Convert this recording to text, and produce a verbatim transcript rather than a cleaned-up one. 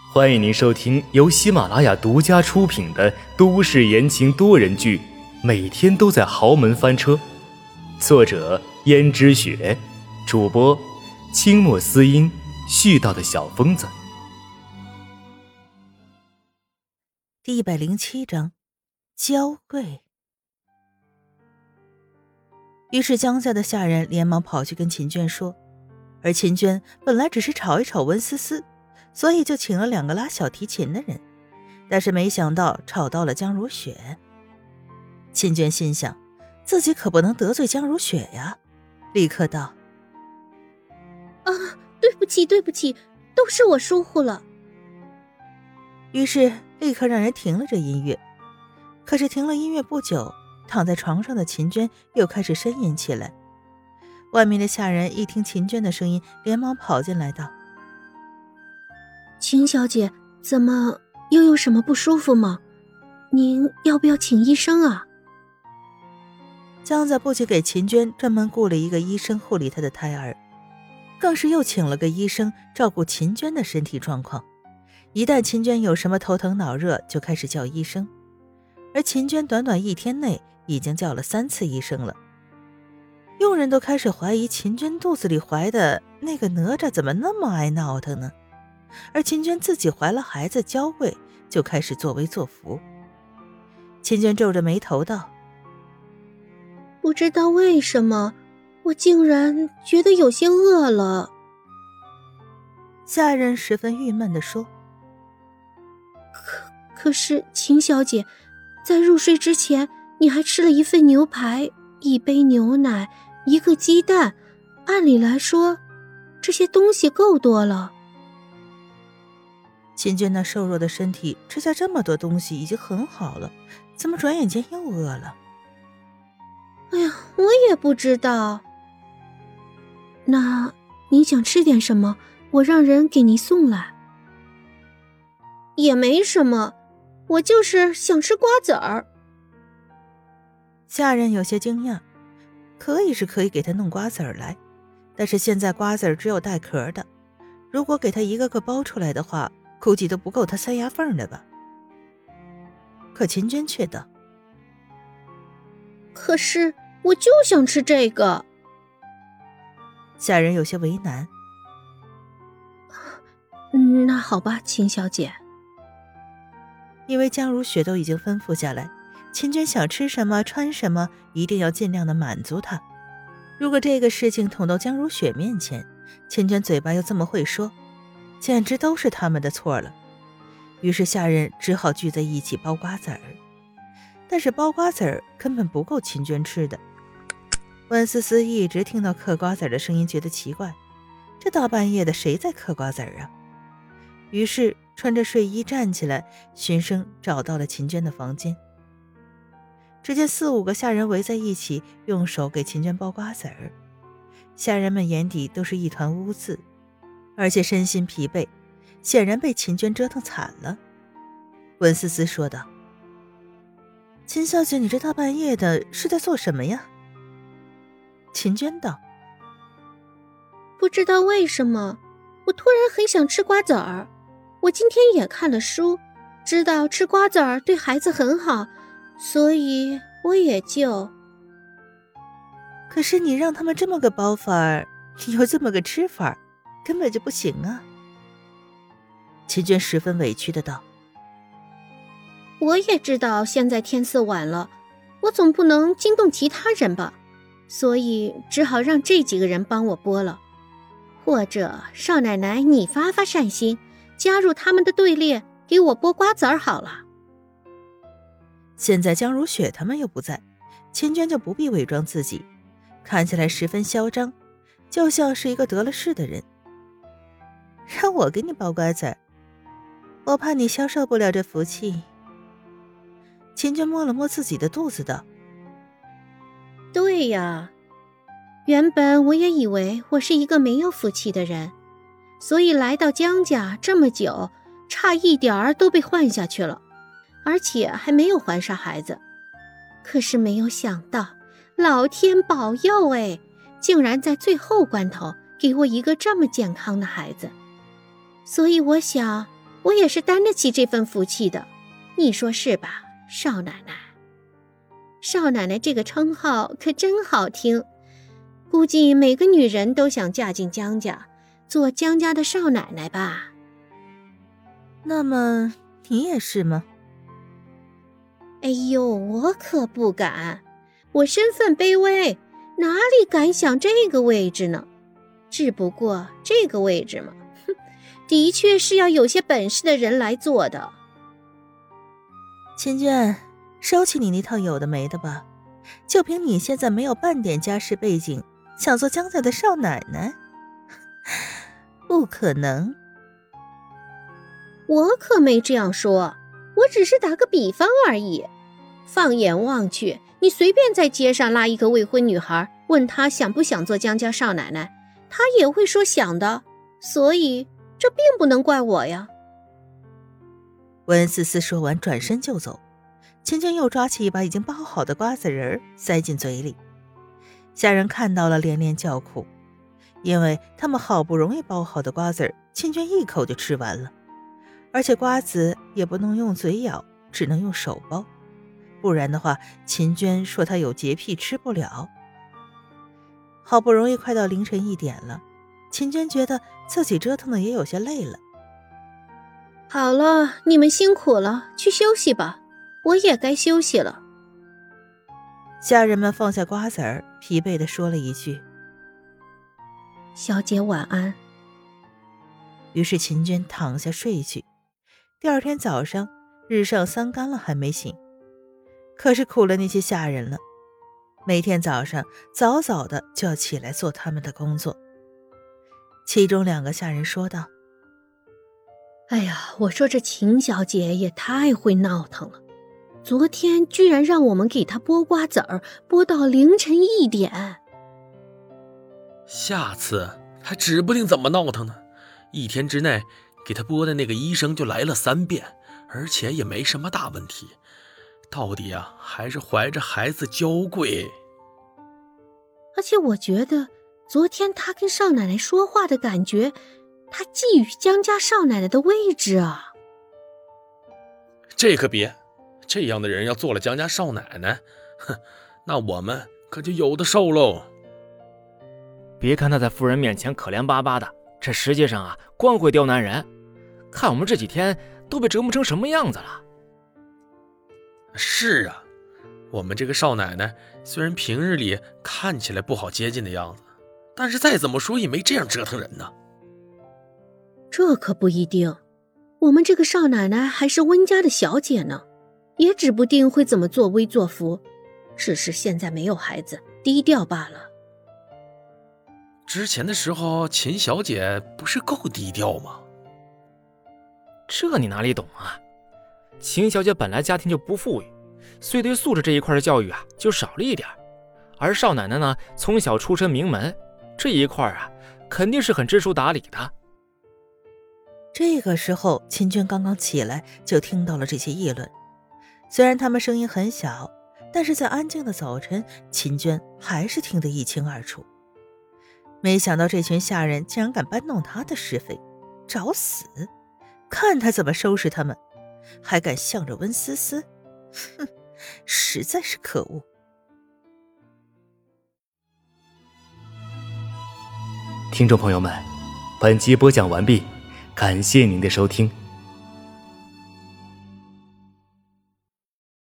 欢迎您收听由喜马拉雅独家出品的都市言情多人剧《每天都在豪门翻车》，作者胭脂雪，主播清墨思音，絮叨的小疯子。 第一百零七章，娇贵。于是江家的下人连忙跑去跟秦娟说，而秦娟本来只是吵一吵温思思，所以就请了两个拉小提琴的人，但是没想到吵到了江如雪。秦娟心想，自己可不能得罪江如雪呀，立刻道： 啊，对不起对不起，都是我疏忽了。 于是立刻让人停了这音乐。可是停了音乐不久，躺在床上的秦娟又开始呻吟起来。外面的下人一听秦娟的声音，连忙跑进来道： 秦小姐，怎么又有什么不舒服吗？您要不要请医生啊？ 江家不仅给秦娟专门雇了一个医生护理她的胎儿，更是又请了个医生照顾秦娟的身体状况。一旦秦娟有什么头疼脑热，就开始叫医生。而秦娟短短一天内已经叫了三次医生了。佣人都开始怀疑秦娟肚子里怀的那个哪吒怎么那么爱闹腾呢？而秦娟自己怀了孩子娇贵，就开始作威作福。秦娟皱着眉头道： 不知道为什么，我竟然觉得有些饿了。 下人十分郁闷地说： 可可是秦小姐，在入睡之前你还吃了一份牛排，一杯牛奶，一个鸡蛋，按理来说这些东西够多了。 秦娟那瘦弱的身体吃下这么多东西已经很好了，怎么转眼间又饿了？ 哎呀，我也不知道。那您想吃点什么？我让人给您送来。也没什么，我就是想吃瓜子儿。 下人有些惊讶，可以是可以给他弄瓜子儿来，但是现在瓜子儿只有带壳的，如果给他一个个剥出来的话，估计都不够他塞牙缝的吧。可秦娟却道： 可是我就想吃这个。 下人有些为难。 嗯，那好吧，秦小姐。 因为江如雪都已经吩咐下来，秦娟想吃什么穿什么一定要尽量的满足她。如果这个事情捅到江如雪面前，秦娟嘴巴又这么会说，简直都是他们的错了。于是下人只好聚在一起剥瓜子儿，但是剥瓜子儿根本不够秦娟吃的。温思思一直听到嗑瓜子儿的声音，觉得奇怪，这大半夜的谁在嗑瓜子儿啊？于是穿着睡衣站起来，循声找到了秦娟的房间。只见四五个下人围在一起，用手给秦娟剥瓜子儿。下人们眼底都是一团污渍，而且身心疲惫，显然被秦娟折腾惨了。温思思说道：秦小姐，你这大半夜的是在做什么呀？秦娟道： 不知道为什么，我突然很想吃瓜子儿。我今天也看了书，知道吃瓜子儿对孩子很好，所以我也就…… 可是你让他们这么个包法儿，有这么个吃法儿，根本就不行啊。秦娟十分委屈的道： 我也知道现在天色晚了，我总不能惊动其他人吧，所以只好让这几个人帮我剥了。或者少奶奶你发发善心，加入他们的队列，给我剥瓜子儿好了。 现在江如雪他们又不在，秦娟就不必伪装自己，看起来十分嚣张，就像是一个得了势的人。让我给你剥瓜子儿，我怕你消受不了这福气。秦娟摸了摸自己的肚子道： 对呀，原本我也以为我是一个没有福气的人，所以来到江家这么久，差一点儿都被换下去了，而且还没有怀上孩子。可是没有想到，老天保佑哎，竟然在最后关头给我一个这么健康的孩子。所以我想， 我也是担得起这份福气的，你说是吧，少奶奶？少奶奶这个称号可真好听，估计每个女人都想嫁进江家，做江家的少奶奶吧。 那么你也是吗？ 哎呦，我可不敢，我身份卑微，哪里敢想这个位置呢？只不过这个位置嘛，哼，的确是要有些本事的人来做的。 秦娟，收起你那套有的没的吧，就凭你现在没有半点家世背景，想做江家的少奶奶？不可能。 我可没这样说，我只是打个比方而已。放眼望去，你随便在街上拉一个未婚女孩，问她想不想做江家少奶奶，她也会说想的，所以这并不能怪我呀。 温思思说完转身就走，秦娟又抓起一把已经包好的瓜子仁塞进嘴里。下人看到了连连叫苦，因为他们好不容易包好的瓜子秦娟一口就吃完了，而且瓜子也不能用嘴咬，只能用手剥，不然的话秦娟说她有洁癖吃不了。好不容易快到凌晨一点了，秦娟觉得自己折腾的也有些累了。 好了，你们辛苦了，去休息吧，我也该休息了。 下人们放下瓜子儿，疲惫地说了一句： 小姐晚安。 于是秦娟躺下睡去。第二天早上，日上三竿了还没醒，可是苦了那些下人了，每天早上早早的就要起来做他们的工作。其中两个下人说道： 哎呀，我说这秦小姐也太会闹腾了，昨天居然让我们给她剥瓜子儿，剥到凌晨一点。 下次还指不定怎么闹腾呢，一天之内给她剥的那个医生就来了三遍，而且也没什么大问题，到底啊还是怀着孩子娇贵。 而且我觉得昨天她跟少奶奶说话的感觉，她觊觎江家少奶奶的位置啊。 这可别，这样的人要做了江家少奶奶，哼，那我们可就有的受喽。 别看他在夫人面前可怜巴巴的，这实际上啊光会刁难人，看我们这几天都被折磨成什么样子了。 是啊，我们这个少奶奶虽然平日里看起来不好接近的样子，但是再怎么说也没这样折腾人呢。 这可不一定，我们这个少奶奶还是温家的小姐呢，也指不定会怎么作威作福，只是现在没有孩子，低调罢了。 之前的时候秦小姐不是够低调吗？ 这你哪里懂啊？秦小姐本来家庭就不富裕，所以对素质这一块的教育啊就少了一点，而少奶奶呢从小出身名门，这一块啊肯定是很知书达理的。 这个时候秦娟刚刚起来就听到了这些议论，虽然他们声音很小，但是在安静的早晨，秦娟还是听得一清二楚。没想到这群下人竟然敢搬弄他的是非，找死！看他怎么收拾他们，还敢向着温思思，哼，实在是可恶。 听众朋友们，本集播讲完毕，感谢您的收听。